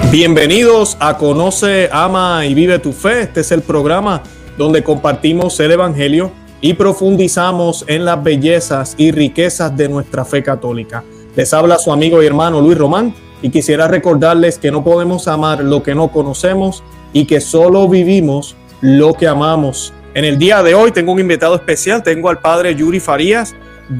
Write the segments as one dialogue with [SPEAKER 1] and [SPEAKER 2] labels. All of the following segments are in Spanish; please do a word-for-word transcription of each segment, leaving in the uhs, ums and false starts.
[SPEAKER 1] Bienvenidos a Conoce, Ama y Vive tu Fe. Este es el programa donde compartimos el Evangelio y profundizamos en las bellezas y riquezas de nuestra fe católica. Les habla su amigo y hermano Luis Román y quisiera recordarles que no podemos amar lo que no conocemos y que solo vivimos lo que amamos. En el día de hoy tengo un invitado especial, tengo al padre Yuri Farías,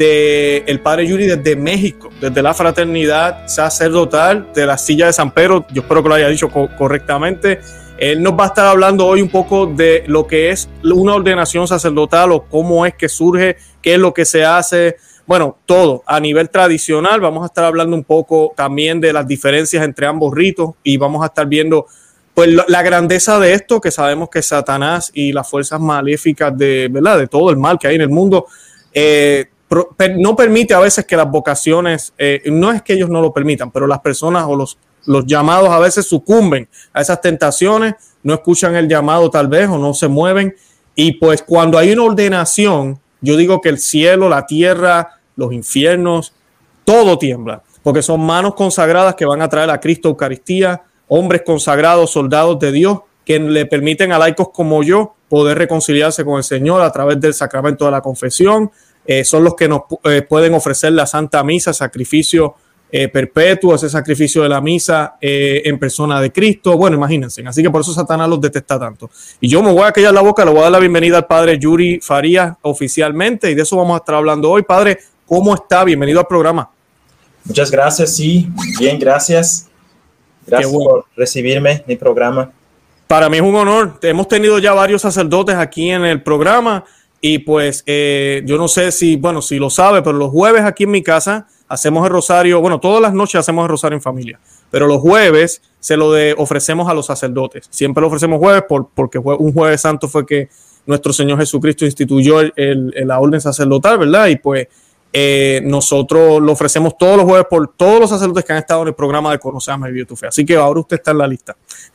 [SPEAKER 1] de el padre Yuri desde México, desde la Fraternidad Sacerdotal de la Silla de San Pedro. Yo espero que lo haya dicho co- correctamente. Él nos va a estar hablando hoy un poco de lo que es una ordenación sacerdotal o cómo es que surge, qué es lo que se hace, bueno, todo a nivel tradicional. Vamos a estar hablando un poco también de las diferencias entre ambos ritos y vamos a estar viendo pues la grandeza de esto, que sabemos que Satanás y las fuerzas maléficas de, ¿verdad?, de todo el mal que hay en el mundo, eh, no permite a veces que las vocaciones, eh, no es que ellos no lo permitan, pero las personas o los, los llamados a veces sucumben a esas tentaciones, no escuchan el llamado tal vez o no se mueven. Y pues cuando hay una ordenación, yo digo que el cielo, la tierra, los infiernos, todo tiembla, porque son manos consagradas que van a traer a Cristo Eucaristía, hombres consagrados, soldados de Dios, que le permiten a laicos como yo poder reconciliarse con el Señor a través del sacramento de la confesión. Eh, son los que nos eh, pueden ofrecer la Santa Misa, sacrificio eh, perpetuo, ese sacrificio de la misa eh, en persona de Cristo. Bueno, imagínense. Así que por eso Satanás los detesta tanto. Y yo me voy a callar la boca, le voy a dar la bienvenida al padre Yuri Farías oficialmente y de eso vamos a estar hablando hoy. Padre, ¿cómo está? Bienvenido al programa.
[SPEAKER 2] Muchas gracias, sí. Bien, gracias. Gracias bueno. por recibirme en el programa.
[SPEAKER 1] Para mí es un honor. Hemos tenido ya varios sacerdotes aquí en el programa. Y pues eh, yo no sé si, bueno, si lo sabe, pero los jueves aquí en mi casa hacemos el rosario, bueno, todas las noches hacemos el rosario en familia, pero los jueves se lo de, ofrecemos a los sacerdotes. Siempre lo ofrecemos jueves por, porque un jueves santo fue que nuestro Señor Jesucristo instituyó el, el, la orden sacerdotal, ¿verdad? Y pues eh, nosotros lo ofrecemos todos los jueves por todos los sacerdotes que han estado en el programa de Conoce, Ama y Vive tu Fe. Así que ahora usted está en la lista.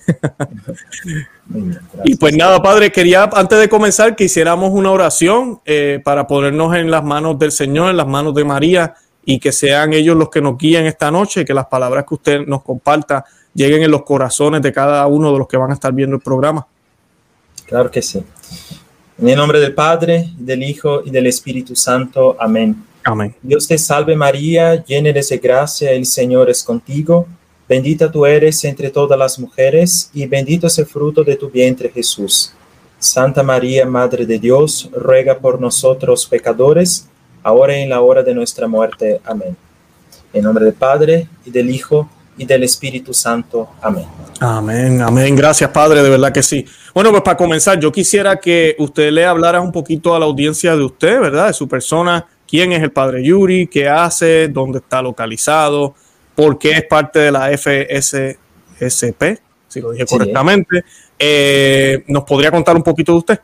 [SPEAKER 1] Bien, y pues nada, padre, quería antes de comenzar que hiciéramos una oración eh, para ponernos en las manos del Señor, en las manos de María, y que sean ellos los que nos guíen esta noche, y que las palabras que usted nos comparta lleguen en los corazones de cada uno de los que van a estar viendo el programa.
[SPEAKER 2] Claro que sí. En el nombre del Padre, del Hijo y del Espíritu Santo. Amén.
[SPEAKER 1] Amén.
[SPEAKER 2] Dios te salve María, llena eres de gracia, el Señor es contigo. Bendita tú eres entre todas las mujeres, y bendito es el fruto de tu vientre, Jesús. Santa María, Madre de Dios, ruega por nosotros pecadores, ahora y en la hora de nuestra muerte. Amén. En nombre del Padre, y del Hijo, y del Espíritu Santo. Amén.
[SPEAKER 1] Amén, amén. Gracias, Padre, de verdad que sí. Bueno, pues para comenzar, yo quisiera que usted le hablara un poquito a la audiencia de usted, ¿verdad? De su persona. ¿Quién es el padre Yuri? ¿Qué hace? ¿Dónde está localizado? ¿Por qué es parte de la F S S P? Si lo dije sí, correctamente. Eh, ¿Nos podría contar un poquito de usted?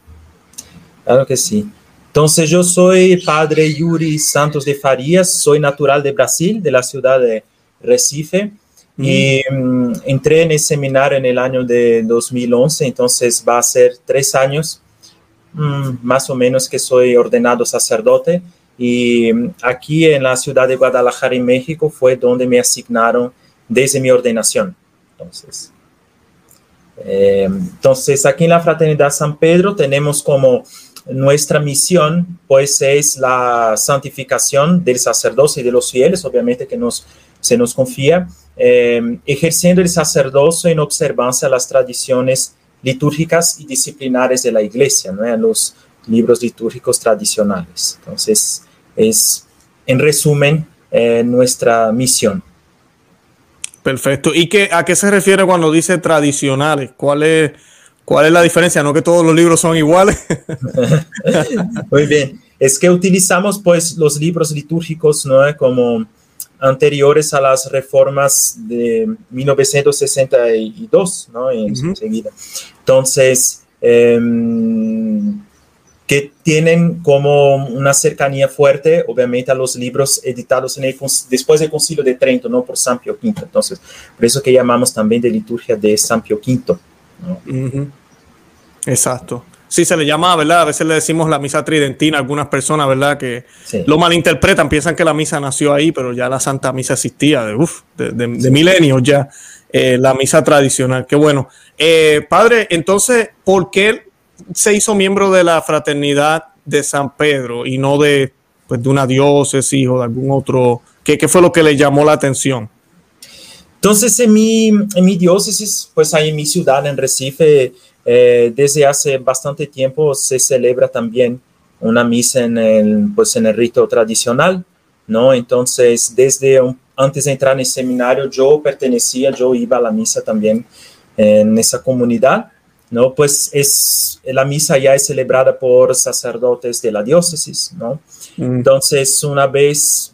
[SPEAKER 2] Claro que sí. Entonces, yo soy padre Yuri Santos de Farías, soy natural de Brasil, de la ciudad de Recife, mm. y um, entré en el seminario en el año de dos mil once, entonces va a ser tres años, um, más o menos, que soy ordenado sacerdote. Y aquí en la ciudad de Guadalajara, en México, fue donde me asignaron desde mi ordenación. Entonces, eh, entonces, aquí en la Fraternidad San Pedro tenemos como nuestra misión, pues, es la santificación del sacerdocio y de los fieles, obviamente que nos, se nos confía, eh, ejerciendo el sacerdocio en observancia a las tradiciones litúrgicas y disciplinares de la Iglesia, ¿no? A los libros litúrgicos tradicionales. Entonces, es, en resumen, eh, nuestra misión.
[SPEAKER 1] Perfecto. ¿Y qué, a qué se refiere cuando dice tradicionales? ¿Cuál es, cuál es la diferencia? ¿No que todos los libros son iguales?
[SPEAKER 2] Muy bien. Es que utilizamos, pues, los libros litúrgicos, ¿no? Como anteriores a las reformas de mil novecientos sesenta y dos, ¿no? En, uh-huh. Enseguida. Entonces, eh, que tienen como una cercanía fuerte, obviamente, a los libros editados en el, después del Concilio de Trento, no por San Pío quinto. Entonces, por eso que llamamos también de liturgia de San Pío quinto, ¿no?
[SPEAKER 1] Uh-huh. Exacto. Sí, se le llama, ¿verdad? A veces le decimos la misa tridentina a algunas personas, ¿verdad? Que sí. Lo malinterpretan, piensan que la misa nació ahí, pero ya la Santa Misa existía de, uf, de, de, de sí. milenios ya. eh, la misa tradicional. Qué bueno. Eh, padre, entonces, ¿por qué se hizo miembro de la Fraternidad de San Pedro y no de, pues, de una diócesis o de algún otro? ¿Qué, qué fue lo que le llamó la atención?
[SPEAKER 2] Entonces, en mi, en mi diócesis, pues ahí en mi ciudad, en Recife, eh, desde hace bastante tiempo se celebra también una misa en el, pues en el rito tradicional, ¿no? Entonces, desde un, antes de entrar en el seminario, yo pertenecía, yo iba a la misa también en esa comunidad, ¿no? Pues es, la misa ya es celebrada por sacerdotes de la diócesis, ¿no? Mm. Entonces, una vez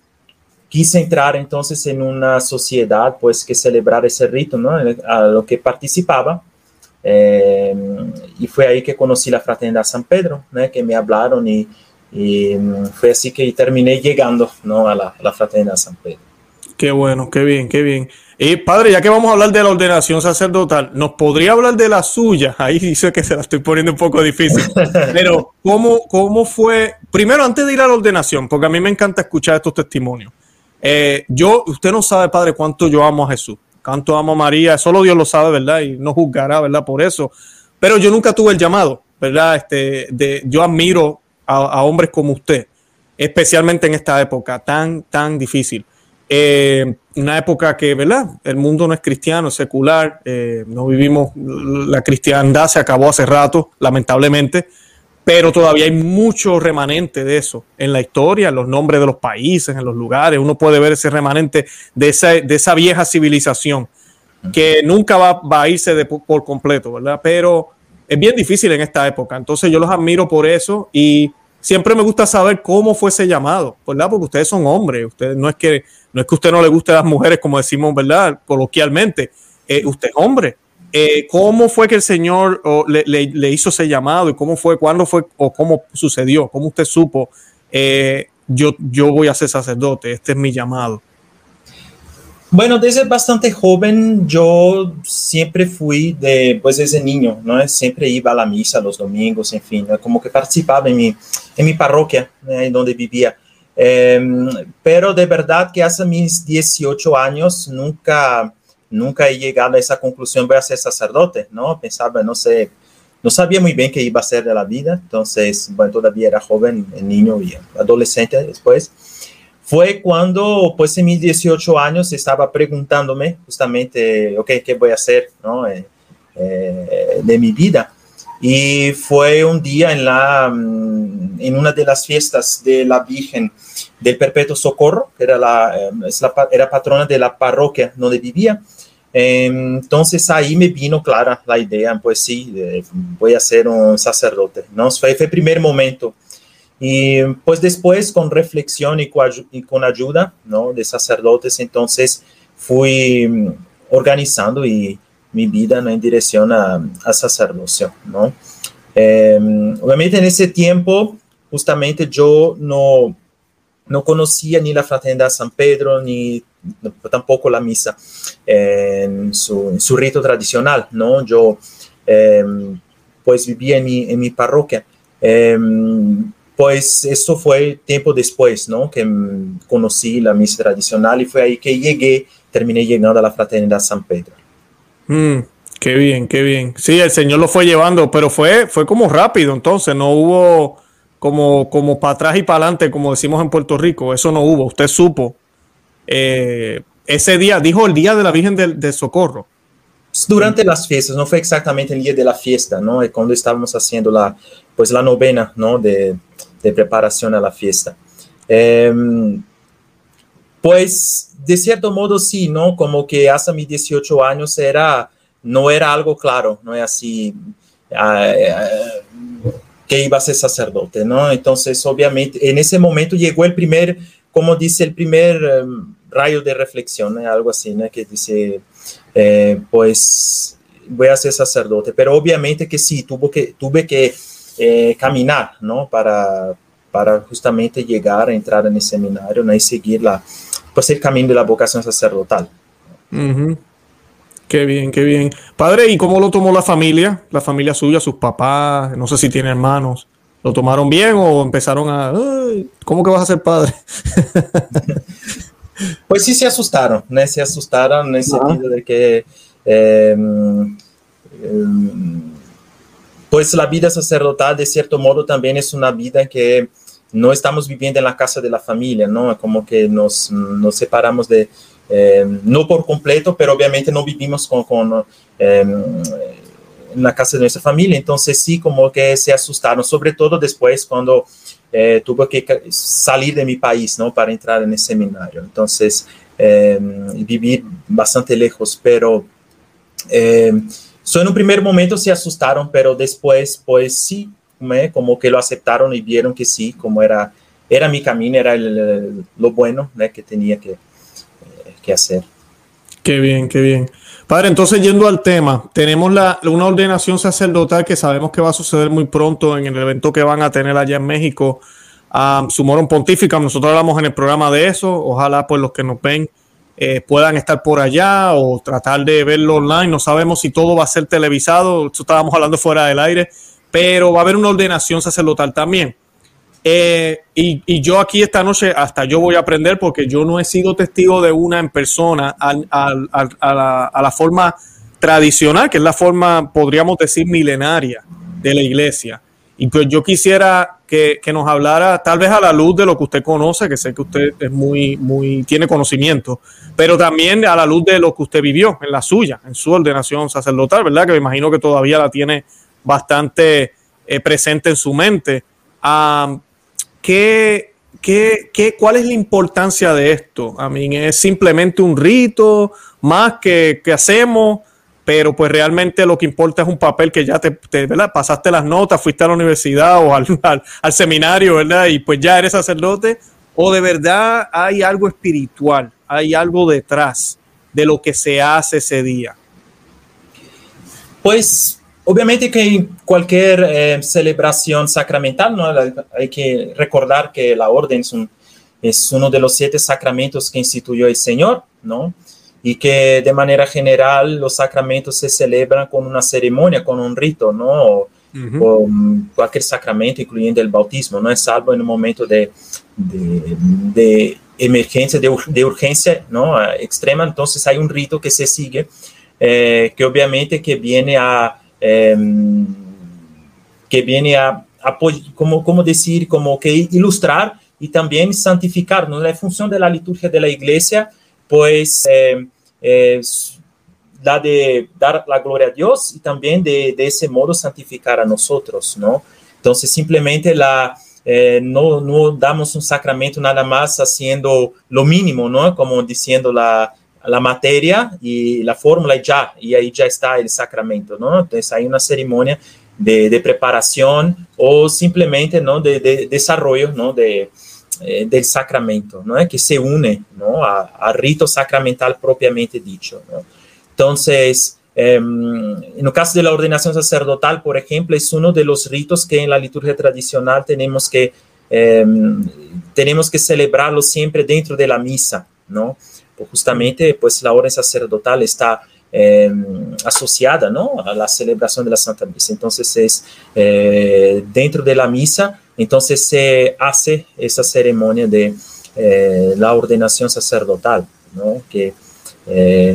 [SPEAKER 2] quise entrar entonces en una sociedad pues que celebrar ese rito, ¿no? A lo que participaba, eh, y fue ahí que conocí la Fraternidad San Pedro, ¿no? Que me hablaron y, y fue así que terminé llegando, ¿no? a, la, a la Fraternidad San Pedro.
[SPEAKER 1] Qué bueno, qué bien, qué bien. Y padre, ya que vamos a hablar de la ordenación sacerdotal, ¿nos podría hablar de la suya? Ahí dice que se la estoy poniendo un poco difícil. Pero, ¿cómo, cómo fue? Primero, antes de ir a la ordenación, porque a mí me encanta escuchar estos testimonios. Eh, yo, usted no sabe, padre, cuánto yo amo a Jesús, cuánto amo a María, solo Dios lo sabe, ¿verdad? Y no juzgará, ¿verdad? Por eso. Pero yo nunca tuve el llamado, ¿verdad? Este, de, yo admiro a, a hombres como usted, especialmente en esta época tan, tan difícil. Eh, una época que, ¿verdad? El mundo no es cristiano, es secular, eh, no vivimos, la cristiandad se acabó hace rato, lamentablemente, pero todavía hay mucho remanente de eso en la historia, en los nombres de los países, en los lugares. Uno puede ver ese remanente de esa, de esa vieja civilización que nunca va, va a irse de, por completo, ¿verdad? Pero es bien difícil en esta época. Entonces yo los admiro por eso y siempre me gusta saber cómo fue ese llamado, ¿verdad? Porque ustedes son hombres. Ustedes, no es que, no es que a usted no le guste a las mujeres, como decimos, ¿verdad? Coloquialmente. Eh, usted es hombre. Eh, ¿Cómo fue que el Señor oh, le, le, le hizo ese llamado y cómo fue, cuándo fue o cómo sucedió? ¿Cómo usted supo, eh, yo, yo voy a ser sacerdote, este es mi llamado?
[SPEAKER 2] Bueno, desde bastante joven yo siempre fui, de, pues desde niño, ¿no? Siempre iba a la misa los domingos, en fin, ¿no? Como que participaba en mi, en mi parroquia, ¿no? En donde vivía. Eh, pero de verdad que hace mis dieciocho años nunca... Nunca he llegado a esa conclusión, voy a ser sacerdote, ¿no? Pensaba, no sé, no sabía muy bien qué iba a hacer de la vida, entonces, bueno, todavía era joven, niño y adolescente después. Fue cuando, pues, en mis dieciocho años estaba preguntándome justamente, ok, ¿qué voy a hacer, ¿no? Eh, eh, de mi vida. Y fue un día en, la, en una de las fiestas de la Virgen del Perpetuo Socorro, que era, la, es la, era patrona de la parroquia donde vivía. Entonces ahí me vino clara la idea, pues sí, voy a ser un sacerdote, ¿no? Fue, fue el primer momento. Y pues después con reflexión y con, y con ayuda, ¿no? De sacerdotes, entonces fui organizando y mi vida, ¿no? En dirección a, a sacerdocio, ¿no? Eh, obviamente en ese tiempo justamente yo no, no conocía ni la Fraternidad San Pedro ni tampoco la misa eh, en, su, en su rito tradicional, ¿no? Yo eh, pues vivía en mi, en mi parroquia. Eh, pues eso fue tiempo después, ¿no? Que conocí la misa tradicional y fue ahí que llegué, terminé llegando a la Fraternidad San Pedro.
[SPEAKER 1] Mm, qué bien, qué bien. Sí, el Señor lo fue llevando, pero fue, fue como rápido, entonces no hubo como, como para atrás y para adelante, como decimos en Puerto Rico, eso no hubo, usted supo. Eh, ese día, dijo el día de la Virgen del, del Socorro.
[SPEAKER 2] Durante las fiestas, no fue exactamente el día de la fiesta, ¿no? Cuando estábamos haciendo la, pues la novena, ¿no? De, de preparación a la fiesta. Eh, pues, de cierto modo, sí, ¿no? Como que hasta mis dieciocho años era, no era algo claro, no es así, uh, uh, que iba a ser sacerdote, ¿no? Entonces, obviamente, en ese momento llegó el primer, como dice, el primer um, rayo de reflexión, ¿no? Algo así, ¿no? Que dice, eh, pues, voy a ser sacerdote, pero obviamente que sí, tuvo que, tuve que eh, caminar, ¿no? Para, para justamente llegar a entrar en el seminario, ¿no? Y seguir la, pues el camino de la vocación sacerdotal.
[SPEAKER 1] Uh-huh. Qué bien, qué bien. Padre, ¿y cómo lo tomó la familia? La familia suya, sus papás, no sé si tiene hermanos. ¿Lo tomaron bien o empezaron a... ¿Cómo que vas a ser padre?
[SPEAKER 2] Pues sí se asustaron, ¿no? Se asustaron en el sentido de que eh, eh, pues la vida sacerdotal de cierto modo también es una vida que no estamos viviendo en la casa de la familia, ¿no? Como que nos, nos separamos de, eh, no por completo, pero obviamente no vivimos con, con eh, en la casa de nuestra familia, entonces sí como que se asustaron, sobre todo después cuando eh, tuve que salir de mi país, ¿no? Para entrar en el seminario, entonces eh, vivir bastante lejos, pero eh, so en un primer momento se asustaron, pero después pues sí, ¿eh? Como que lo aceptaron y vieron que sí, como era, era mi camino, era el, el, lo bueno, ¿eh? Que tenía que, eh, que hacer.
[SPEAKER 1] Qué bien, qué bien. Padre, entonces yendo al tema, tenemos la, una ordenación sacerdotal que sabemos que va a suceder muy pronto en el evento que van a tener allá en México, um, Sumorum Pontificum. Nosotros hablamos en el programa de eso. Ojalá pues los que nos ven eh, puedan estar por allá o tratar de verlo online. No sabemos si todo va a ser televisado, esto estábamos hablando fuera del aire, pero va a haber una ordenación sacerdotal también. Eh, y, y yo aquí esta noche hasta yo voy a aprender porque yo no he sido testigo de una en persona a, a, a, a, la, a la forma tradicional, que es la forma, podríamos decir, milenaria de la iglesia. Y pues yo quisiera que, que nos hablara, tal vez a la luz de lo que usted conoce, que sé que usted es muy, muy, tiene conocimiento, pero también a la luz de lo que usted vivió en la suya, en su ordenación sacerdotal, ¿verdad? Que me imagino que todavía la tiene bastante eh, presente en su mente. Um, ¿Qué, qué, qué, ¿Cuál es la importancia de esto? I mean, ¿es simplemente un rito más que, que hacemos? Pero pues realmente lo que importa es un papel que ya te, te ¿verdad? Pasaste las notas, fuiste a la universidad o al, al, al seminario, ¿verdad? Y pues ya eres sacerdote. ¿O de verdad hay algo espiritual? ¿Hay algo detrás de lo que se hace ese día?
[SPEAKER 2] Pues obviamente que cualquier eh, celebración sacramental, ¿no? Hay que recordar que la orden es, un, es uno de los siete sacramentos que instituyó el Señor, ¿no? Y que de manera general los sacramentos se celebran con una ceremonia, con un rito, ¿no? Uh-huh. Con cualquier sacramento, incluyendo el bautismo, ¿no? Es salvo en un momento de, de, de emergencia, de, de urgencia, ¿no? Extrema, entonces hay un rito que se sigue, eh, que obviamente que viene a Eh, que viene a, a como, como decir, como que ilustrar y también santificar, ¿no? La función de la liturgia de la iglesia, pues, eh, es la de dar la gloria a Dios y también de, de ese modo santificar a nosotros, ¿no? Entonces, simplemente la, eh, no, no damos un sacramento nada más haciendo lo mínimo, ¿no? Como diciendo la la materia y la fórmula y ya, y ahí ya está el sacramento, ¿no? Entonces hay una ceremonia de, de preparación o simplemente, ¿no? De, de desarrollo, ¿no? De, eh, del sacramento, ¿no? Que se une, ¿no? A, a rito sacramental propiamente dicho, ¿no? Entonces, eh, en el caso de la ordenación sacerdotal, por ejemplo, es uno de los ritos que en la liturgia tradicional tenemos que, eh, tenemos que celebrarlo siempre dentro de la misa, ¿no? Justamente, pues la orden sacerdotal está eh, asociada, ¿no? A la celebración de la Santa Misa. Entonces, es eh, dentro de la misa, entonces se hace esa ceremonia de eh, la ordenación sacerdotal, ¿no? Que, eh,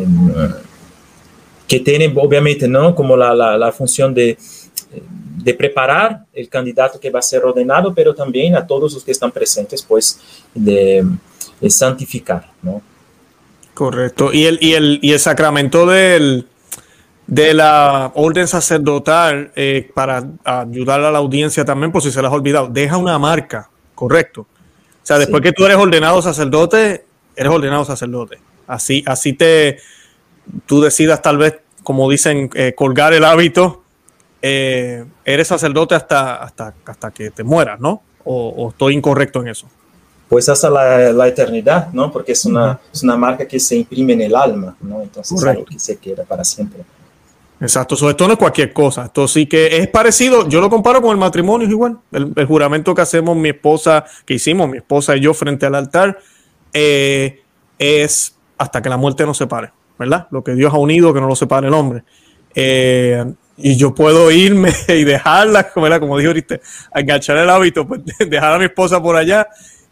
[SPEAKER 2] que tiene, obviamente, ¿no? Como la, la, la función de, de preparar el candidato que va a ser ordenado, pero también a todos los que están presentes, pues, de, de santificar, ¿no?
[SPEAKER 1] Correcto. Y el, y el, y el sacramento del, de la orden sacerdotal, eh, para ayudar a la audiencia también, por si se las ha olvidado, deja una marca, correcto. O sea, después sí. Que tú eres ordenado sacerdote, eres ordenado sacerdote. Así, así te, tú decidas tal vez, como dicen, eh, colgar el hábito, eh, eres sacerdote hasta, hasta, hasta que te mueras, ¿no? O, o estoy incorrecto en eso.
[SPEAKER 2] Pues hasta la, la eternidad, ¿no? Porque es una, uh-huh. es una marca que se imprime en el alma, ¿no? Entonces es algo que se queda para siempre.
[SPEAKER 1] Exacto, sobre esto no es cualquier cosa. Esto sí que es parecido, yo lo comparo con el matrimonio, es igual. El, el juramento que hacemos mi esposa, que hicimos mi esposa y yo frente al altar, eh, es hasta que la muerte nos separe, ¿verdad? Lo que Dios ha unido, que no lo separe el hombre. Eh, y yo puedo irme y dejarla, ¿verdad? Como dijo ahorita, enganchar el hábito, pues dejar a mi esposa por allá.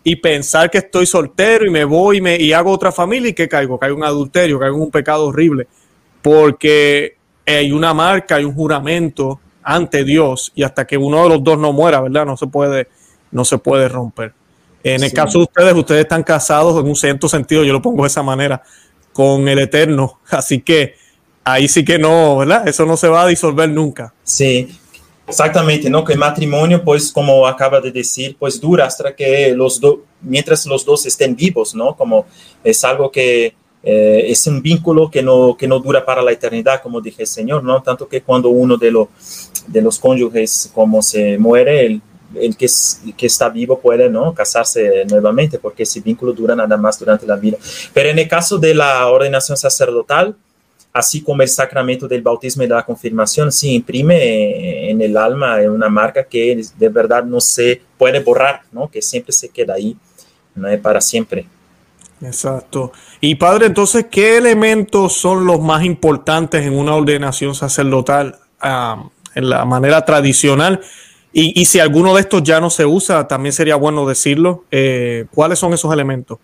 [SPEAKER 1] y pensar que estoy soltero y me voy y, me, y hago otra familia y que caigo, caigo en adulterio, caigo en un pecado horrible, porque hay una marca, hay un juramento ante Dios y hasta que uno de los dos no muera, ¿verdad? No se puede, no se puede romper. En el sí. caso de ustedes, ustedes están casados en un cierto sentido, yo lo pongo de esa manera, con el Eterno, así que ahí sí que no, ¿verdad? Eso no se va a disolver nunca.
[SPEAKER 2] Sí, exactamente, ¿no? Que el matrimonio, pues, como acaba de decir, pues dura hasta que los dos, mientras los dos estén vivos, ¿no? Como es algo que eh, es un vínculo que no, que no dura para la eternidad, como dije el Señor, ¿no? Tanto que cuando uno de, lo, de los cónyuges como se muere, el, el que, que está vivo puede, ¿no? Casarse nuevamente, porque ese vínculo dura nada más durante la vida. Pero en el caso de la ordenación sacerdotal, así como el sacramento del bautismo y de la confirmación, se imprime en el alma una marca que de verdad no se puede borrar, ¿no? Que siempre se queda ahí, no es para siempre.
[SPEAKER 1] Exacto. Y padre, entonces, ¿qué elementos son los más importantes en una ordenación sacerdotal um, en la manera tradicional? Y, y si alguno de estos ya no se usa, también sería bueno decirlo. Eh, ¿Cuáles son esos elementos?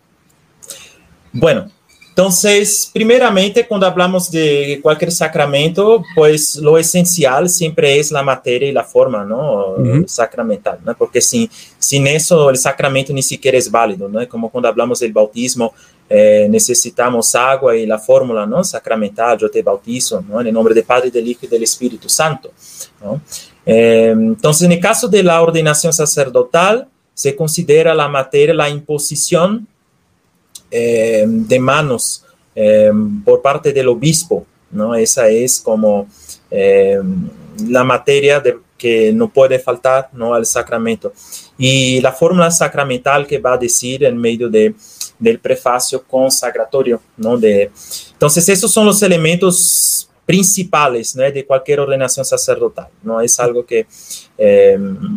[SPEAKER 2] Bueno, entonces, primeramente, cuando hablamos de cualquier sacramento, pues lo esencial siempre es la materia y la forma, ¿no? Uh-huh. Sacramental, ¿no? Porque sin, sin eso el sacramento ni siquiera es válido, ¿no? Como cuando hablamos del bautismo, eh, necesitamos agua y la fórmula, ¿no? Sacramental, yo te bautizo, ¿no? En el nombre del Padre, del Hijo y del Espíritu Santo, ¿no? Eh, entonces, en el caso de la ordenación sacerdotal, se considera la materia la imposición Eh, de manos eh, por parte del obispo, ¿no? Esa es como eh, la materia de, que no puede faltar, ¿no? Al sacramento. Y la fórmula sacramental que va a decir en medio de, del prefacio consagratorio, ¿no? De, entonces, esos son los elementos principales, ¿no? De cualquier ordenación sacerdotal, ¿no? Es algo que... Eh,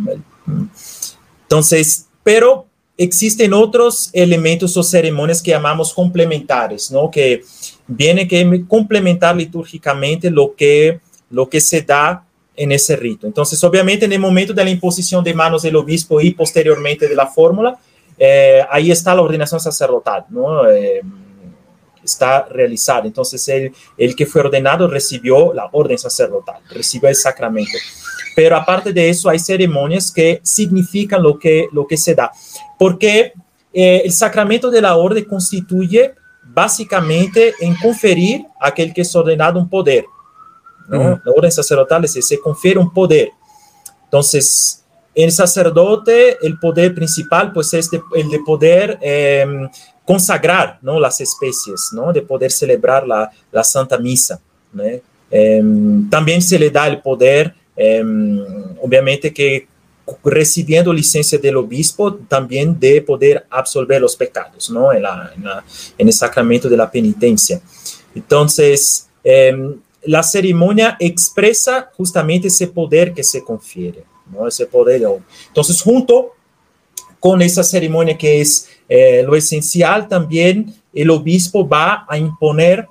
[SPEAKER 2] entonces, pero... existen otros elementos o ceremonias que llamamos complementares, ¿no? Que vienen que complementar litúrgicamente lo que, lo que se da en ese rito. Entonces, obviamente, en el momento de la imposición de manos del obispo y posteriormente de la fórmula, eh, ahí está la ordenación sacerdotal, ¿no? Eh, está realizada. Entonces, el, el que fue ordenado recibió la orden sacerdotal, recibió el sacramento. Pero aparte de eso, hay ceremonias que significan lo que, lo que se da. Porque eh, el sacramento de la orden constituye básicamente en conferir a aquel que es ordenado un poder, ¿no? Mm. La orden sacerdotal es, se confiere un poder. Entonces, el sacerdote, el poder principal, pues es de, el de poder eh, consagrar, ¿no? Las especies, ¿no? De poder celebrar la, la Santa Misa, ¿no? Eh, también se le da el poder, eh, obviamente que recibiendo licencia del obispo, también de poder absolver los pecados, ¿no? En, la, en, la, en el sacramento de la penitencia. Entonces, eh, la ceremonia expresa justamente ese poder que se confiere, ¿no? Ese poder. Entonces, junto con esa ceremonia que es eh, lo esencial, también el obispo va a imponer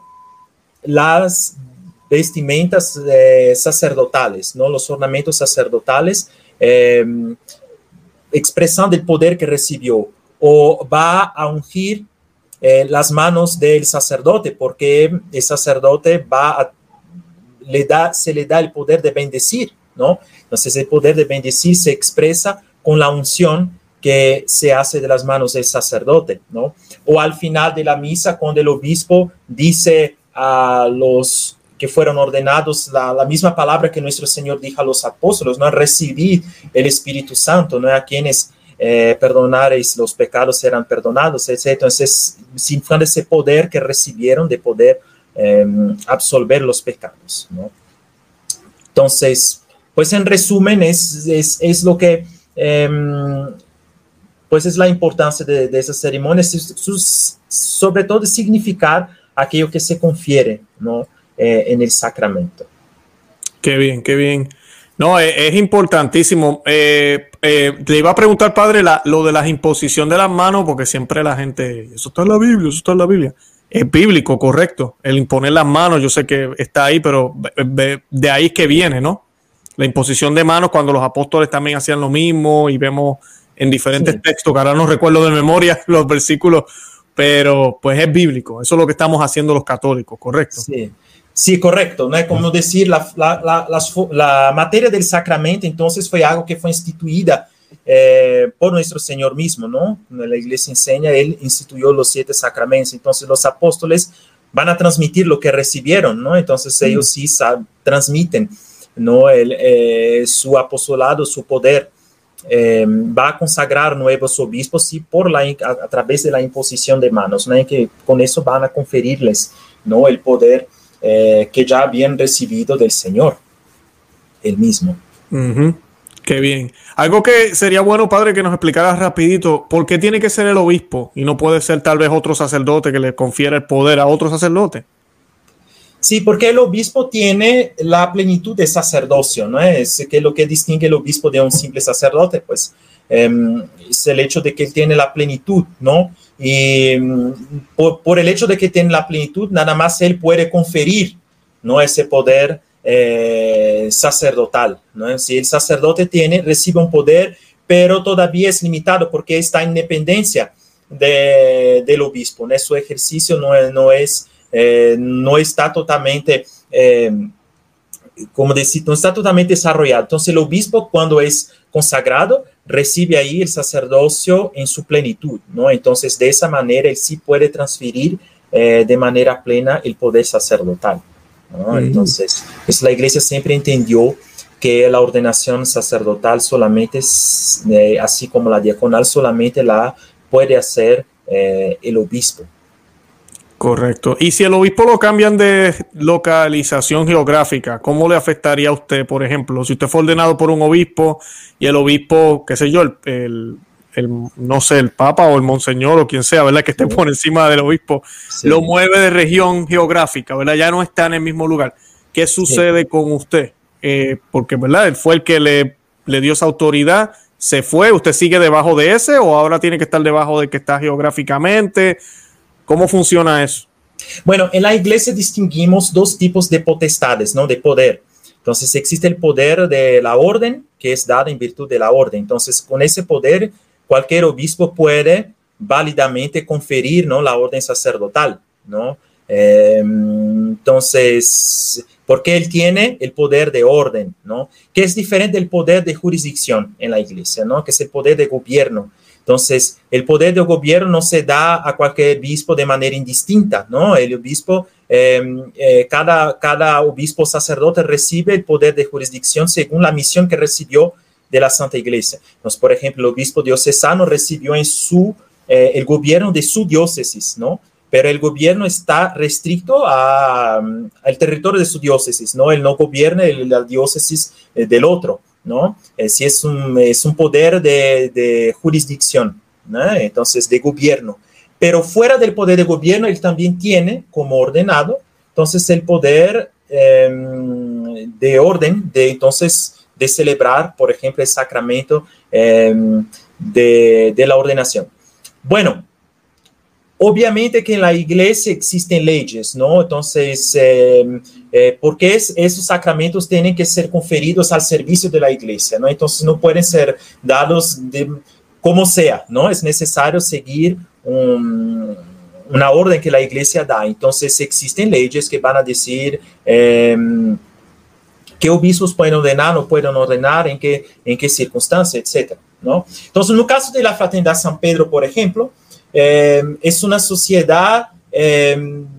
[SPEAKER 2] las vestimentas eh, sacerdotales, ¿no? Los ornamentos sacerdotales, Eh, expresando el poder que recibió, o va a ungir eh, las manos del sacerdote, porque el sacerdote va a, le da, se le da el poder de bendecir, ¿no? Entonces el poder de bendecir se expresa con la unción que se hace de las manos del sacerdote, ¿no? O al final de la misa, cuando el obispo dice a los que fueron ordenados la, la misma palabra que nuestro Señor dijo a los apóstoles, ¿no? Recibid el Espíritu Santo, ¿no? A quienes eh, perdonareis los pecados serán perdonados, etcétera. Entonces, significando ese poder que recibieron de poder eh, absolver los pecados, ¿no? Entonces, pues en resumen, es, es, es lo que, eh, pues es la importancia de, de esas ceremonias, sus, sobre todo significar aquello que se confiere, ¿no? Eh, en el sacramento.
[SPEAKER 1] Qué bien, qué bien. No, es, es importantísimo. Eh, eh, le iba a preguntar, padre, la, lo de la imposición de las manos, porque siempre la gente, eso está en la Biblia, eso está en la Biblia. Es bíblico, correcto. El imponer las manos, yo sé que está ahí, pero de ahí es que viene, ¿no? La imposición de manos cuando los apóstoles también hacían lo mismo y vemos en diferentes
[SPEAKER 2] Sí.
[SPEAKER 1] textos, que ahora no recuerdo de memoria los versículos, pero pues es bíblico. Eso es lo que estamos haciendo los católicos, ¿correcto?
[SPEAKER 2] Sí, sí, correcto, ¿no? Como decir, la, la, la, las, la materia del sacramento entonces fue algo que fue instituida eh, por nuestro Señor mismo, ¿no? La iglesia enseña, Él instituyó los siete sacramentos, entonces los apóstoles van a transmitir lo que recibieron, ¿no? Entonces ellos sí sab- transmiten, ¿no? El, eh, su apostolado, su poder. Eh, va a consagrar nuevos obispos sí, por la, a, a través de la imposición de manos, ¿no? Que con eso van a conferirles, ¿no? El poder eh, que ya habían recibido del Señor, el mismo.
[SPEAKER 1] Uh-huh. Qué bien. Algo que sería bueno, padre, que nos explicaras rapidito, ¿por qué tiene que ser el obispo y no puede ser tal vez otro sacerdote que le confiera el poder a otro sacerdote?
[SPEAKER 2] Sí, porque el obispo tiene la plenitud de sacerdocio, ¿no? Es que lo que distingue el obispo de un simple sacerdote, pues, eh, es el hecho de que él tiene la plenitud, ¿no? Y por, por el hecho de que tiene la plenitud, nada más él puede conferir, ¿no? Ese poder eh, sacerdotal, ¿no? Si el sacerdote tiene, recibe un poder, pero todavía es limitado porque está en independencia de, del obispo, ¿no? Su ejercicio no es... No es Eh, no está totalmente, eh, como decir, no está totalmente desarrollado. Entonces el obispo cuando es consagrado recibe ahí el sacerdocio en su plenitud, ¿no? Entonces de esa manera él sí puede transferir eh, de manera plena el poder sacerdotal, ¿no? Mm. Entonces pues la iglesia siempre entendió que la ordenación sacerdotal solamente, es, eh, así como la diaconal, solamente la puede hacer eh, el obispo.
[SPEAKER 1] Correcto. Y si el obispo lo cambian de localización geográfica, ¿cómo le afectaría a usted, por ejemplo? Si usted fue ordenado por un obispo y el obispo, qué sé yo, el, el, el no sé, el papa o el monseñor o quien sea, ¿verdad? Que esté sí. por encima del obispo, sí. lo mueve de región geográfica, ¿verdad? Ya no está en el mismo lugar. ¿Qué sucede sí. con usted? Eh, porque, ¿verdad? Él fue el que le, le dio esa autoridad, se fue, ¿usted sigue debajo de ese o ahora tiene que estar debajo del que está geográficamente? ¿Cómo funciona eso?
[SPEAKER 2] Bueno, en la iglesia distinguimos dos tipos de potestades, ¿no? De poder. Entonces, existe el poder de la orden, que es dado en virtud de la orden. Entonces, con ese poder, cualquier obispo puede válidamente conferir, ¿no? La orden sacerdotal, ¿no? Eh, entonces, porque él tiene el poder de orden, ¿no? Que es diferente del poder de jurisdicción en la iglesia, ¿no? Que es el poder de gobierno. Entonces, el poder de gobierno no se da a cualquier obispo de manera indistinta, ¿no? El obispo, eh, eh, cada, cada obispo sacerdote recibe el poder de jurisdicción según la misión que recibió de la Santa Iglesia. Entonces, por ejemplo, el obispo diocesano recibió en su, eh, el gobierno de su diócesis, ¿no? Pero el gobierno está restricto a, al territorio de su diócesis, ¿no? Él no gobierna la diócesis eh, del otro, ¿no? Eh, si es un, es un poder de, de jurisdicción, ¿no? Entonces de gobierno, pero fuera del poder de gobierno él también tiene como ordenado, entonces el poder eh, de orden, de entonces de celebrar, por ejemplo, el sacramento eh, de, de la ordenación. Bueno, obviamente que en la iglesia existen leyes, ¿no? Entonces, eh, eh, porque es, esos sacramentos tienen que ser conferidos al servicio de la iglesia, ¿no? Entonces, no pueden ser dados de, como sea, ¿no? Es necesario seguir un, una orden que la iglesia da. Entonces, existen leyes que van a decir eh, qué obispos pueden ordenar, no pueden ordenar, en qué, en qué circunstancias, etcétera, ¿no? Entonces, no caso de la Fraternidad San Pedro, por ejemplo, Eh, es una sociedad eh,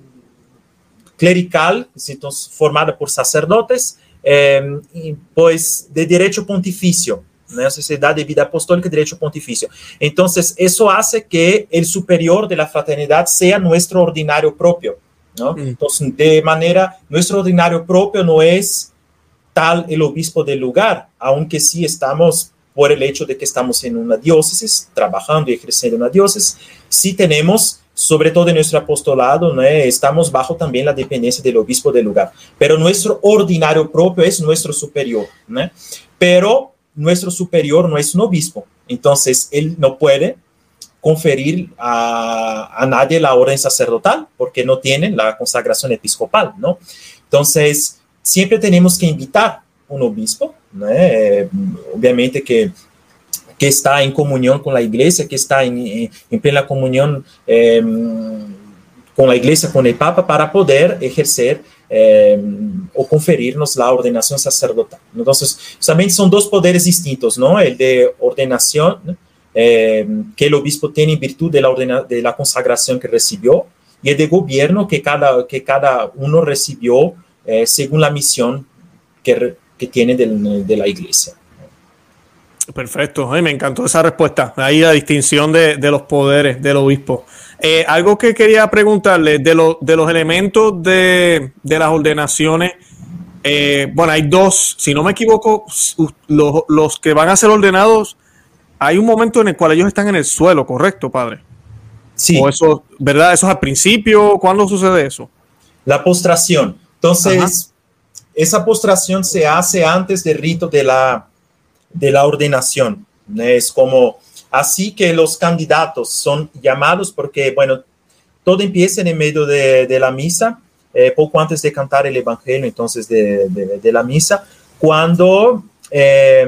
[SPEAKER 2] clerical, entonces, formada por sacerdotes, eh, y, pues de derecho pontificio, una sociedad de vida apostólica de derecho pontificio. Entonces, eso hace que el superior de la fraternidad sea nuestro ordinario propio, ¿no? Mm. Entonces, de manera, nuestro ordinario propio no es tal el obispo del lugar, aunque sí estamos por el hecho de que estamos en una diócesis, trabajando y ejerciendo una diócesis, sí tenemos, sobre todo en nuestro apostolado, ¿no? Estamos bajo también la dependencia del obispo del lugar, pero nuestro ordinario propio es nuestro superior, ¿no? Pero nuestro superior no es un obispo, entonces él no puede conferir a, a nadie la orden sacerdotal, porque no tiene la consagración episcopal, ¿no? Entonces, siempre tenemos que invitar un obispo, ¿no? Eh, obviamente que, que está en comunión con la iglesia, que está en, en, en plena comunión eh, con la iglesia, con el Papa, para poder ejercer eh, o conferirnos la ordenación sacerdotal. Entonces, también son dos poderes distintos, ¿no? El de ordenación, ¿no? eh, que el obispo tiene en virtud de la, ordena, de la consagración que recibió, y el de gobierno que cada, que cada uno recibió eh, según la misión que, que tiene del, de la iglesia.
[SPEAKER 1] Perfecto, ay, me encantó esa respuesta. Ahí la distinción de, de los poderes del obispo. Eh, algo que quería preguntarle, de, lo, de los elementos de, de las ordenaciones, eh, bueno, hay dos, si no me equivoco, los, los que van a ser ordenados, hay un momento en el cual ellos están en el suelo, ¿correcto, padre?
[SPEAKER 2] Sí.
[SPEAKER 1] O eso, ¿verdad? ¿Eso es al principio? ¿Cuándo sucede eso?
[SPEAKER 2] La postración. Entonces, ajá, esa postración se hace antes del rito de la, de la ordenación. Es como así que los candidatos son llamados porque, bueno, todo empieza en el medio de, de la misa, eh, poco antes de cantar el evangelio, entonces, de, de, de la misa, cuando eh,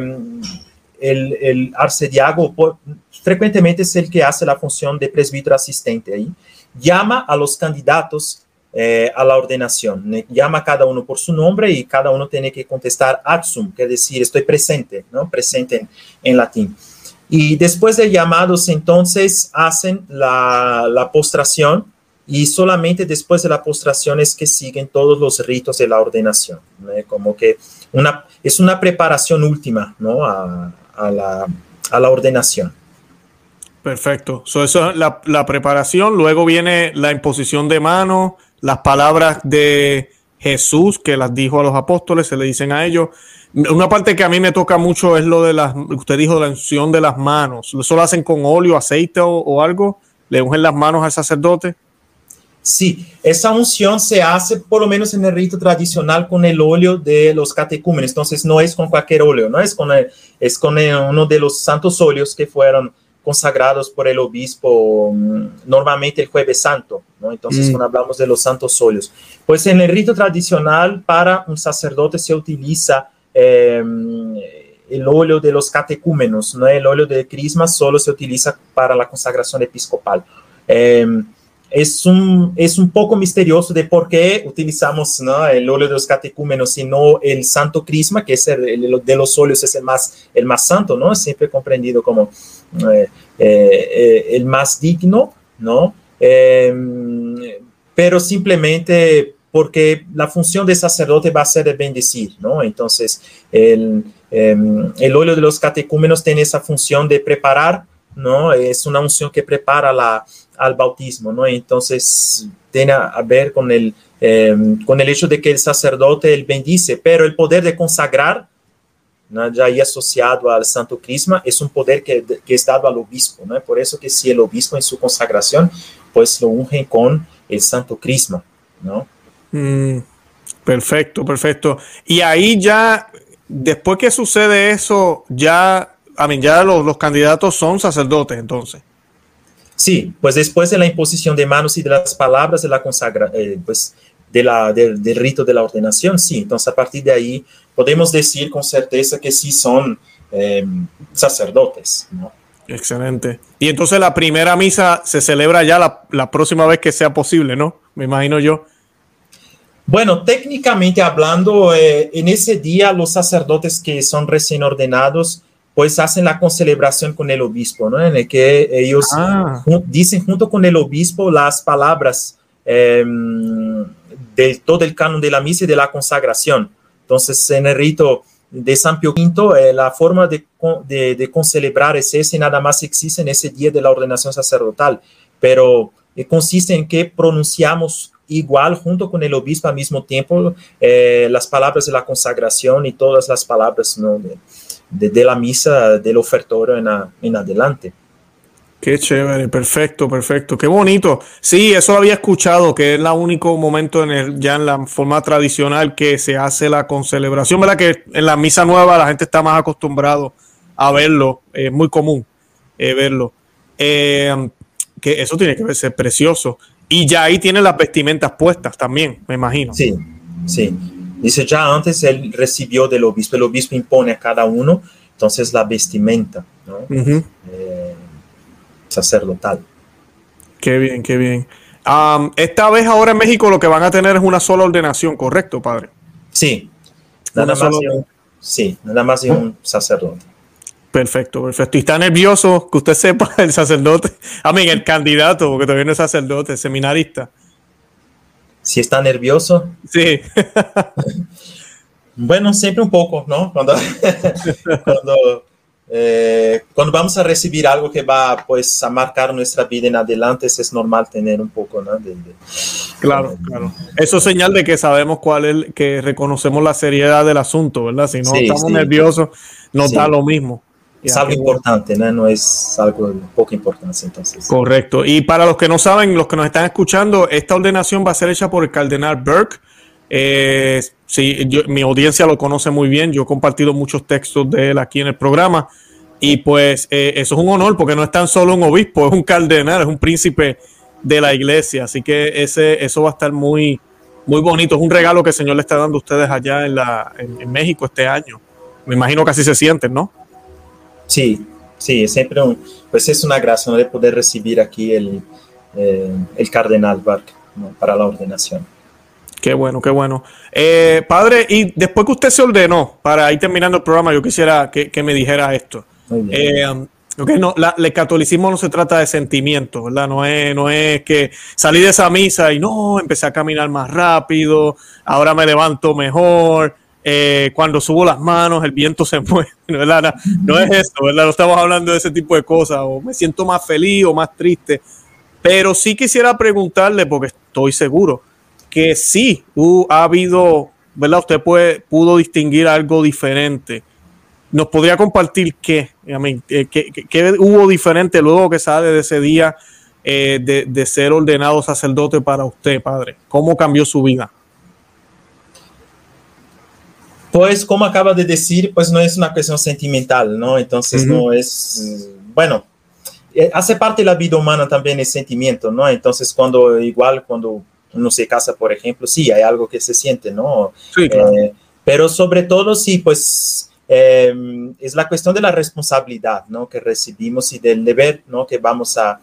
[SPEAKER 2] el, el arcediago, frecuentemente es el que hace la función de presbítero asistente ahí, llama a los candidatos eh, a la ordenación, ¿no? Llama a cada uno por su nombre y cada uno tiene que contestar adsum, que es decir, estoy presente, ¿no? Presente en, en latín. Y después de llamados, entonces, hacen la, la postración, y solamente después de la postración es que siguen todos los ritos de la ordenación, ¿no? Como que una, es una preparación última, ¿no? a, a, la, a la ordenación.
[SPEAKER 1] Perfecto. So, eso es la, la preparación, luego viene la imposición de manos, las palabras de Jesús que las dijo a los apóstoles, se le dicen a ellos. Una parte que a mí me toca mucho es lo de las, usted dijo, la unción de las manos. ¿Eso lo hacen con óleo, aceite o, o algo? ¿Le ungen las manos al sacerdote?
[SPEAKER 2] Sí, esa unción se hace por lo menos en el rito tradicional con el óleo de los catecúmenos. Entonces no es con cualquier óleo, no es con, el, es con el, uno de los santos óleos que fueron consagrados por el obispo normalmente el Jueves Santo, ¿no? Entonces, mm. cuando hablamos de los santos óleos, pues en el rito tradicional para un sacerdote se utiliza eh, el óleo de los catecúmenos, ¿no? El óleo de crisma solo se utiliza para la consagración episcopal. Eh, es, un, es un poco misterioso de por qué utilizamos, ¿no? El óleo de los catecúmenos y no el santo crisma, que es el, el de los óleos es el más, el más santo, ¿no? Siempre comprendido como Eh, eh, el más digno, ¿no? Eh, pero simplemente porque la función del sacerdote va a ser de bendecir, ¿no? Entonces, el, eh, el óleo de los catecúmenos tiene esa función de preparar, ¿no? Es una unción que prepara la, al bautismo, ¿no? Entonces, tiene a ver con el, eh, con el hecho de que el sacerdote él bendice, pero el poder de consagrar, ¿no? Ya ahí asociado al santo crisma, es un poder que, que es dado al obispo, ¿no? Por eso que si el obispo en su consagración, pues lo ungen con el santo crisma, ¿no?
[SPEAKER 1] Mm, perfecto, perfecto. Y ahí ya, después que sucede eso, ya, I mean, ya los, los candidatos son sacerdotes, entonces.
[SPEAKER 2] Sí, pues después de la imposición de manos y de las palabras de la consagra, eh, pues de la, de, del rito de la ordenación, sí. Entonces, a partir de ahí, podemos decir con certeza que sí son eh, sacerdotes, ¿no?
[SPEAKER 1] Excelente. Y entonces la primera misa se celebra ya la, la próxima vez que sea posible, ¿no? Me imagino yo.
[SPEAKER 2] Bueno, técnicamente hablando, eh, en ese día los sacerdotes que son recién ordenados, pues hacen la concelebración con el obispo, ¿no? En el que ellos ah. jun- dicen junto con el obispo las palabras eh, de todo el canon de la misa y de la consagración. Entonces, en el rito de San Pío quinto, eh, la forma de, de, de concelebrar es ese, nada más existe en ese día de la ordenación sacerdotal, pero eh, consiste en que pronunciamos igual junto con el obispo al mismo tiempo eh, las palabras de la consagración y todas las palabras, ¿no? de, de, de la misa, del ofertorio en, a, en adelante.
[SPEAKER 1] Qué chévere, perfecto, perfecto, qué bonito. Sí, eso lo había escuchado, que es el único momento en el, ya en la forma tradicional que se hace la concelebración, ¿verdad? Que en la misa nueva la gente está más acostumbrado a verlo, es muy común eh, verlo. Eh, que eso tiene que ser precioso. Y ya ahí tiene las vestimentas puestas también, me imagino.
[SPEAKER 2] Sí, sí. Dice, ya antes él recibió del obispo, el obispo impone a cada uno, entonces la vestimenta, ¿no?
[SPEAKER 1] Uh-huh.
[SPEAKER 2] eh, sacerdotal.
[SPEAKER 1] Qué bien, qué bien. Um, esta vez ahora en México lo que van a tener es una sola ordenación, ¿correcto, padre?
[SPEAKER 2] Sí, nada
[SPEAKER 1] una
[SPEAKER 2] más,
[SPEAKER 1] sola...
[SPEAKER 2] de un, sí, nada más de un sacerdote.
[SPEAKER 1] Perfecto, perfecto. ¿Y está nervioso que usted sepa el sacerdote? A mí, el candidato, porque todavía no es sacerdote, seminarista.
[SPEAKER 2] ¿Si está nervioso?
[SPEAKER 1] Sí.
[SPEAKER 2] Bueno, siempre un poco, ¿no? Cuando, cuando, eh, cuando vamos a recibir algo que va, pues, a marcar nuestra vida en adelante, es normal tener un poco, ¿no? De, de,
[SPEAKER 1] claro,
[SPEAKER 2] de,
[SPEAKER 1] claro. Eso es señal de que sabemos cuál es, que reconocemos la seriedad del asunto, ¿verdad? Si no sí, estamos sí. nerviosos, nos sí. da lo mismo.
[SPEAKER 2] Es algo importante, ¿no? No es algo de poca importancia, entonces.
[SPEAKER 1] Correcto. Y para los que no saben, los que nos están escuchando, esta ordenación va a ser hecha por el cardenal Burke. Eh, sí, yo, mi audiencia lo conoce muy bien. Yo he compartido muchos textos de él aquí en el programa. Y pues eh, eso es un honor porque no es tan solo un obispo, es un cardenal, es un príncipe de la iglesia. Así que ese, eso va a estar muy, muy bonito. Es un regalo que el Señor le está dando a ustedes allá en, la, en, en México este año. Me imagino que así se sienten, ¿no?
[SPEAKER 2] Sí, sí, siempre un, pues es una gracia, ¿no?, de poder recibir aquí el, eh, el cardenal Burke, ¿no?, para la ordenación.
[SPEAKER 1] Qué bueno, qué bueno. Eh, padre, y después que usted se ordenó, para ir terminando el programa, yo quisiera que, que me dijera esto.
[SPEAKER 2] Muy bien.
[SPEAKER 1] Eh, okay, no, la, el catolicismo no se trata de sentimientos, ¿verdad? No es, no es que salí de esa misa y no, empecé a caminar más rápido, ahora me levanto mejor. Eh, cuando subo las manos el viento se mueve, ¿verdad? No, no es eso, ¿verdad? No estamos hablando de ese tipo de cosas, o me siento más feliz o más triste, pero sí quisiera preguntarle, porque estoy seguro que sí uh, ha habido, ¿verdad? Usted puede, pudo distinguir algo diferente. ¿Nos podría compartir qué, I mean, qué, qué, qué hubo diferente luego que sale de ese día eh, de, de ser ordenado sacerdote para usted, padre? ¿Cómo cambió su vida?
[SPEAKER 2] Pues, como acaba de decir, pues no es una cuestión sentimental, ¿no? Entonces, uh-huh. no es, bueno, hace parte de la vida humana también el sentimiento, ¿no? Entonces, cuando, igual, cuando uno se casa, por ejemplo, sí, hay algo que se siente, ¿no?
[SPEAKER 1] Sí, claro.
[SPEAKER 2] Eh, pero sobre todo, sí, pues, eh, es la cuestión de la responsabilidad, ¿no?, que recibimos y del deber, ¿no?, que vamos a,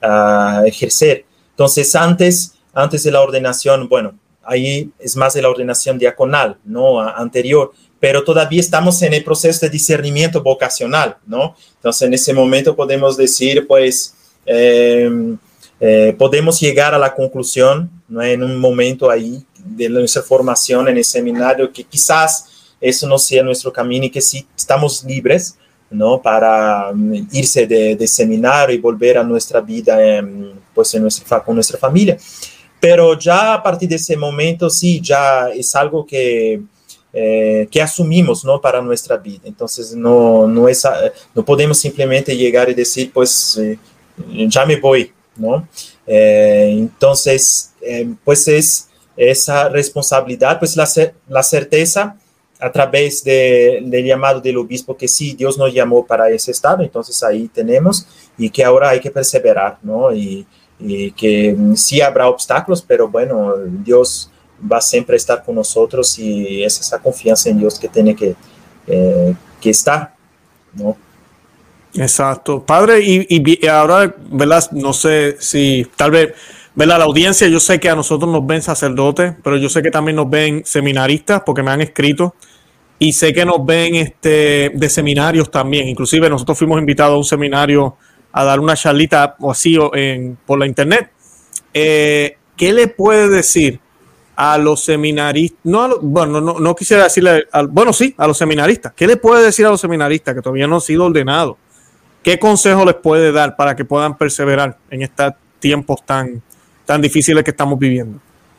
[SPEAKER 2] a ejercer. Entonces, antes, antes de la ordenación, bueno, ahí es más de la ordenación diaconal, ¿no?, anterior, pero todavía estamos en el proceso de discernimiento vocacional, ¿no? Entonces, en ese momento podemos decir, pues, eh, eh, podemos llegar a la conclusión, ¿no?, en un momento ahí de nuestra formación en el seminario, que quizás eso no sea nuestro camino y que sí estamos libres, ¿no?, para um, irse de, de seminario y volver a nuestra vida, um, pues, en nuestra, con nuestra familia. Pero ya a partir de ese momento, sí, ya es algo que, eh, que asumimos, ¿no?, para nuestra vida. Entonces, no, no, es, no podemos simplemente llegar y decir, pues, eh, ya me voy, ¿no? Eh, entonces, eh, pues es esa responsabilidad, pues la, la certeza a través de, del llamado del obispo que sí, Dios nos llamó para ese estado, entonces ahí tenemos, y que ahora hay que perseverar, ¿no? Y, y que sí habrá obstáculos, pero bueno, Dios va siempre a estar con nosotros y es esa confianza en Dios que tiene que, eh, que estar, ¿no?
[SPEAKER 1] Exacto. Padre, y, y ahora, ¿verdad? No sé si tal vez, ¿verdad? La audiencia, yo sé que a nosotros nos ven sacerdotes, pero yo sé que también nos ven seminaristas porque me han escrito, y sé que nos ven este, de seminarios también. Inclusive nosotros fuimos invitados a un seminario a dar una charlita o así en, por la internet. Eh, ¿Qué le puede decir a los seminaristas? No, a los, bueno, no, no quisiera decirle, a, bueno, sí, a los seminaristas. ¿Qué le puede decir a los seminaristas que todavía no han sido ordenados? ¿Qué consejo les puede dar para que puedan perseverar en estos tiempos tan, tan difíciles que estamos viviendo?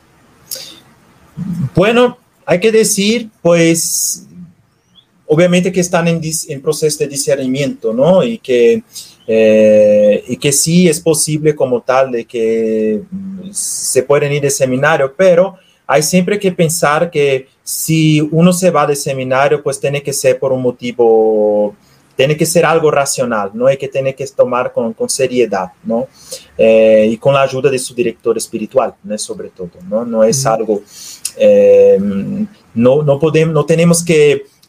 [SPEAKER 2] Bueno, hay que decir, pues, obviamente que están en, en proceso de discernimiento, ¿no? Y que, eh, y que sí es posible como tal de que se pueden ir de seminario, pero hay siempre que pensar que si uno se va de seminario, pues tiene que ser por un motivo, tiene que ser algo racional, ¿no? Y que tiene que tomar con, con seriedad, ¿no? Eh, y con la ayuda de su director espiritual, ¿no? Sobre todo, ¿no? No es uh-huh. algo, eh, no, no, podemos, no tenemos que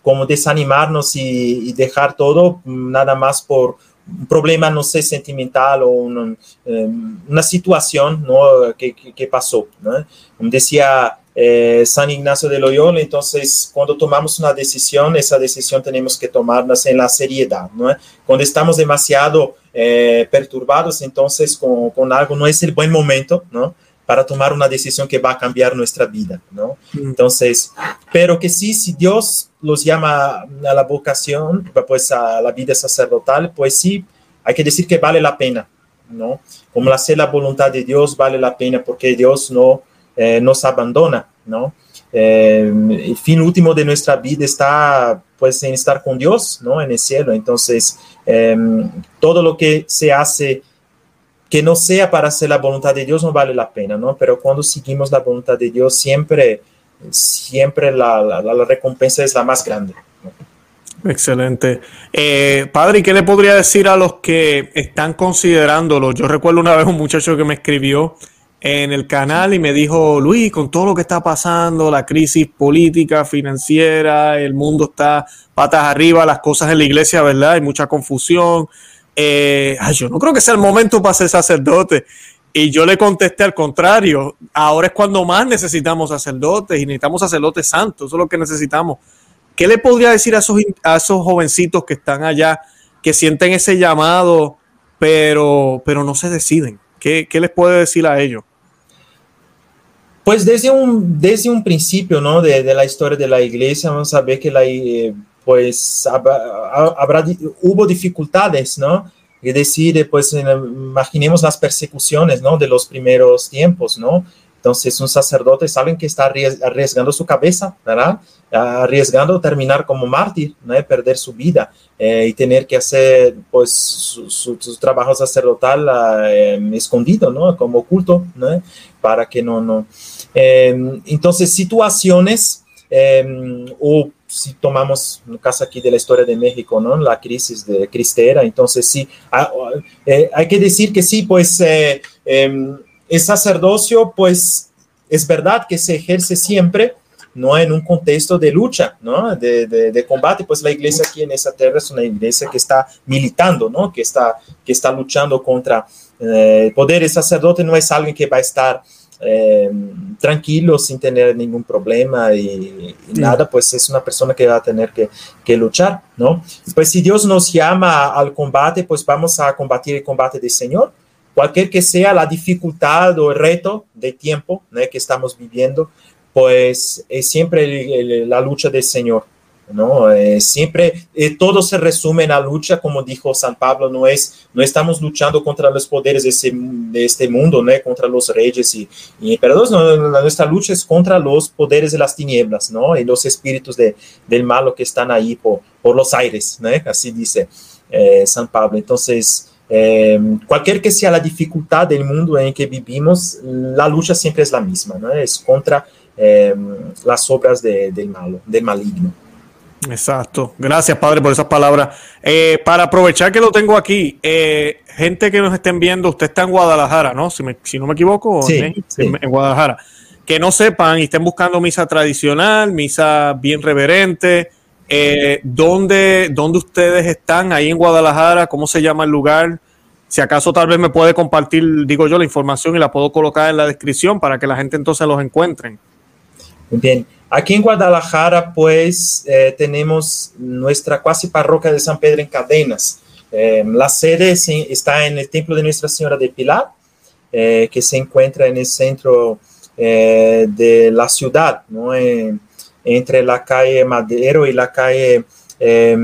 [SPEAKER 2] como desanimarnos y, y dejar todo nada más por un problema, no sé, sentimental o un, um, una situación, ¿no? que, que, que pasó, ¿no? Como decía eh, San Ignacio de Loyola, entonces cuando tomamos una decisión, esa decisión tenemos que tomarla en la seriedad, ¿no? Cuando estamos demasiado eh, perturbados, entonces con, con algo no es el buen momento, ¿no? Para tomar una decisión que va a cambiar nuestra vida, ¿no? Entonces, pero que sí, si Dios los llama a la vocación, pues a la vida sacerdotal, pues sí, hay que decir que vale la pena, ¿no? Como hacer la voluntad de Dios vale la pena porque Dios no eh, nos abandona, ¿no? Eh, el fin último de nuestra vida está, pues, en estar con Dios, ¿no? En el cielo. Entonces, eh, todo lo que se hace que no sea para hacer la voluntad de Dios no vale la pena, ¿no? Pero cuando seguimos la voluntad de Dios, siempre, siempre la, la, la recompensa es la más grande, ¿no?
[SPEAKER 1] Excelente. Eh, padre, ¿y qué le podría decir a los que están considerándolo? Yo recuerdo una vez un muchacho que me escribió en el canal y me dijo, Luis, con todo lo que está pasando, la crisis política, financiera, el mundo está patas arriba, las cosas en la iglesia, ¿verdad? Hay mucha confusión. Eh, ay, yo no creo que sea el momento para ser sacerdote. Y yo le contesté al contrario, ahora es cuando más necesitamos sacerdotes y necesitamos sacerdotes santos, eso es lo que necesitamos. ¿Qué le podría decir a esos, a esos jovencitos que están allá, que sienten ese llamado, pero, pero no se deciden? ¿Qué, qué les puede decir a ellos?
[SPEAKER 2] Pues desde un, desde un principio, ¿no? de, de la historia de la iglesia, vamos a ver que la... Eh, pues habrá, habrá, hubo dificultades, ¿no? Es decir, pues imaginemos las persecuciones, ¿no? De los primeros tiempos, ¿no? Entonces un sacerdote es alguien que está arriesgando su cabeza, ¿verdad? Arriesgando terminar como mártir, ¿no? Perder su vida eh, y tener que hacer, pues, su, su, su trabajo sacerdotal eh, escondido, ¿no? Como oculto, ¿no? Para que no, no. Eh, entonces situaciones eh, o si tomamos el caso aquí de la historia de México, ¿no? La crisis de cristera, entonces sí, eh, hay que decir que sí, pues eh, eh, el sacerdocio, pues es verdad que se ejerce siempre, no en un contexto de lucha, ¿no? De, de, de combate, pues la iglesia aquí en esa tierra es una iglesia que está militando, ¿no? Que está, que está luchando contra eh, el poder. El sacerdote no es alguien que va a estar Eh, tranquilo, sin tener ningún problema y, y sí. nada, pues es una persona que va a tener que, que luchar, ¿no? Pues si Dios nos llama al combate, pues vamos a combatir el combate del Señor, cualquier que sea la dificultad o el reto de tiempo, ¿no? que estamos viviendo, pues es siempre el, el, la lucha del Señor, ¿no? Eh, siempre eh, todo se resume en la lucha, como dijo San Pablo, no es, no estamos luchando contra los poderes de, ese, de este mundo, ¿no? Contra los reyes y, y emperadores, no, nuestra lucha es contra los poderes de las tinieblas, ¿no? Y los espíritus de, del malo que están ahí por, por los aires, ¿no? Así dice eh, San Pablo. Entonces, eh, cualquier que sea la dificultad del mundo en que vivimos, la lucha siempre es la misma, ¿no? Es contra eh, las obras de, del malo, del maligno.
[SPEAKER 1] Exacto. Gracias, padre, por esas palabras. Eh, para aprovechar que lo tengo aquí, eh, gente que nos estén viendo, usted está en Guadalajara, ¿no? Si, me, si no me equivoco,
[SPEAKER 2] sí,
[SPEAKER 1] en,
[SPEAKER 2] sí.
[SPEAKER 1] en Guadalajara. Que no sepan y estén buscando misa tradicional, misa bien reverente. Eh, ¿dónde, ¿Dónde ustedes están ahí en Guadalajara? ¿Cómo se llama el lugar? Si acaso tal vez me puede compartir, digo yo, la información y la puedo colocar en la descripción para que la gente entonces los encuentren.
[SPEAKER 2] Muy bien. Aquí en Guadalajara, pues, eh, tenemos nuestra cuasi parroquia de San Pedro en Cadenas. Eh, la sede se, está en el Templo de Nuestra Señora de Pilar, eh, que se encuentra en el centro eh, de la ciudad, ¿no? En, entre la calle Madero y la calle eh,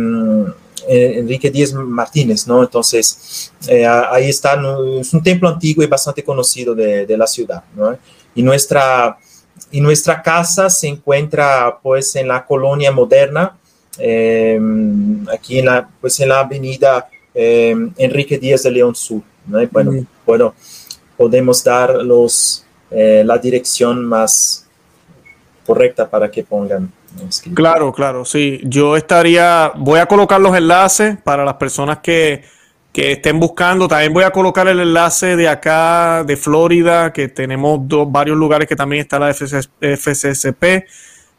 [SPEAKER 2] Enrique Díaz Martínez, ¿no? Entonces, eh, ahí está, ¿no? Es un templo antiguo y bastante conocido de, de la ciudad, ¿no? Y nuestra... Y nuestra casa se encuentra, pues, en la colonia moderna, eh, aquí en la, pues, en la avenida eh, Enrique Díaz de León Sur, ¿no? Bueno, mm. bueno, podemos dar los, eh, la dirección más correcta para que pongan. Escrito.
[SPEAKER 1] Claro, claro, sí. Yo estaría, voy a colocar los enlaces para las personas que... que estén buscando. También voy a colocar el enlace de acá de Florida, que tenemos dos, varios lugares que también está la F C S P,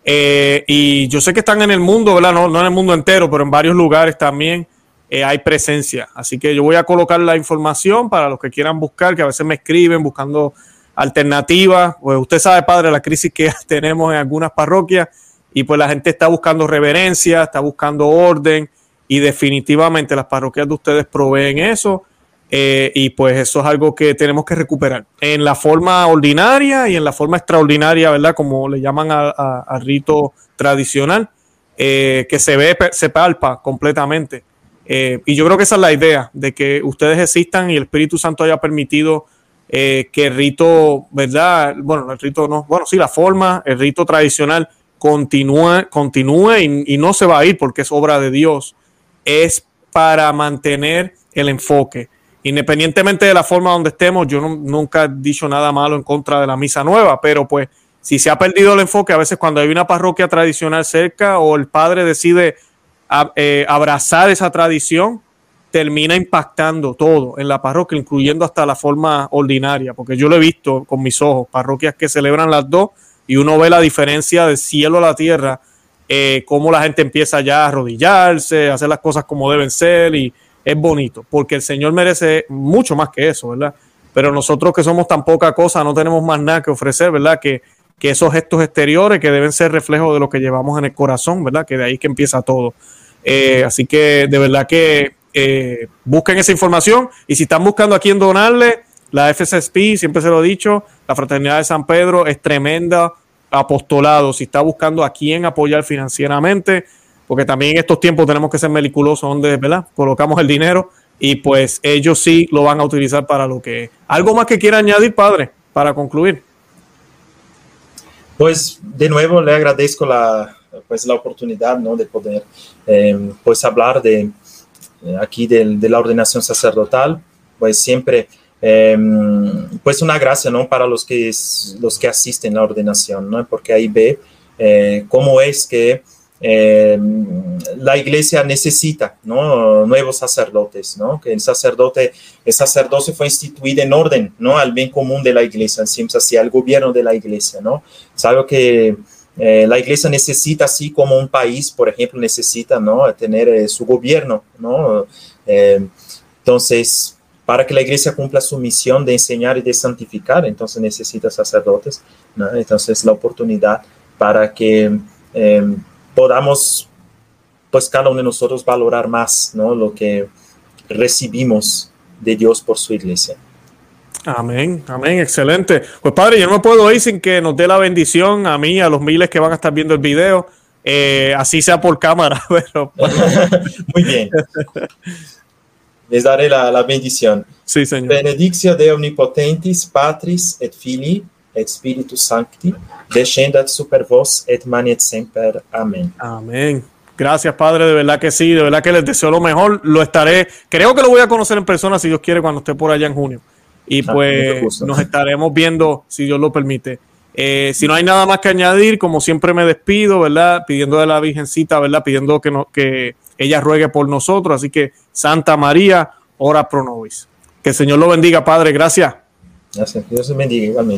[SPEAKER 1] Eh, y yo sé que están en el mundo, ¿verdad? No, no en el mundo entero, pero en varios lugares también eh, hay presencia. Así que yo voy a colocar la información para los que quieran buscar, que a veces me escriben buscando alternativas. Pues usted sabe, padre, la crisis que tenemos en algunas parroquias y pues la gente está buscando reverencia, está buscando orden y definitivamente las parroquias de ustedes proveen eso. Eh, y pues eso es algo que tenemos que recuperar en la forma ordinaria y en la forma extraordinaria, ¿verdad? Como le llaman al rito tradicional, eh, que se ve, se palpa completamente. Eh, y yo creo que esa es la idea, de que ustedes existan y el Espíritu Santo haya permitido eh, que el rito, ¿verdad? Bueno, el rito no, bueno, sí, la forma, el rito tradicional continúe, continúe y, y no se va a ir porque es obra de Dios. Es para mantener el enfoque. Independientemente de la forma donde estemos, yo no, nunca he dicho nada malo en contra de la misa nueva, pero pues si se ha perdido el enfoque, a veces cuando hay una parroquia tradicional cerca o el padre decide a, eh, abrazar esa tradición, termina impactando todo en la parroquia, incluyendo hasta la forma ordinaria, porque yo lo he visto con mis ojos, parroquias que celebran las dos y uno ve la diferencia del cielo a la tierra, eh, cómo la gente empieza ya a arrodillarse, a hacer las cosas como deben ser y es bonito, porque el Señor merece mucho más que eso, ¿verdad? Pero nosotros que somos tan poca cosa, no tenemos más nada que ofrecer, ¿verdad? Que, que esos gestos exteriores que deben ser reflejo de lo que llevamos en el corazón, ¿verdad? Que de ahí que empieza todo. Eh, así que de verdad que eh, busquen esa información y si están buscando a quién donarle, la F C S P, siempre se lo he dicho, la Fraternidad de San Pedro es tremenda apostolado. Si está buscando a quién apoyar financieramente, porque también en estos tiempos tenemos que ser meticulosos donde, ¿verdad? Colocamos el dinero y pues ellos sí lo van a utilizar para lo que es. ¿Algo más que quiera añadir, padre, para concluir?
[SPEAKER 2] Pues de nuevo le agradezco la, pues, la oportunidad, ¿no? De poder eh, pues hablar de aquí de, de la ordenación sacerdotal, pues siempre eh, pues una gracia, ¿no? Para los que, los que asisten a la ordenación, ¿no? Porque ahí ve eh, cómo es que Eh, la iglesia necesita, ¿no? Nuevos sacerdotes, ¿no? Que el sacerdote, el sacerdocio fue instituido en orden, ¿no? Al bien común de la iglesia, siempre así, al gobierno de la iglesia, ¿no? Es algo que eh, la iglesia necesita, así como un país, por ejemplo, necesita, ¿no? Tener eh, su gobierno, ¿no? Eh, entonces, para que la iglesia cumpla su misión de enseñar y de santificar, entonces necesita sacerdotes, ¿no? Entonces, la oportunidad para que eh, podamos, pues cada uno de nosotros valorar más, ¿no? Lo que recibimos de Dios por su iglesia.
[SPEAKER 1] Amén, amén, excelente. Pues padre, yo no me puedo ir sin que nos dé la bendición a mí, a los miles que van a estar viendo el video, eh, así sea por cámara. Pero, pues,
[SPEAKER 2] muy bien. Les daré la, la bendición.
[SPEAKER 1] Sí, señor.
[SPEAKER 2] Benedictio de omnipotentis, Patris et Filii et Spiritus Sancti, descendat super vos et manet semper. Amén.
[SPEAKER 1] Amén. Gracias, padre, de verdad que sí, de verdad que les deseo lo mejor. Lo estaré, creo que lo voy a conocer en persona, si Dios quiere, cuando esté por allá en junio. Y pues ah, nos estaremos viendo, si Dios lo permite. Eh, si no hay nada más que añadir, como siempre me despido, ¿verdad? Pidiendo de la Virgencita, ¿verdad? Pidiendo que, no, que ella ruegue por nosotros. Así que, Santa María, ora pro nobis. Que el Señor lo bendiga, padre. Gracias.
[SPEAKER 2] Gracias. Dios te bendiga igualmente.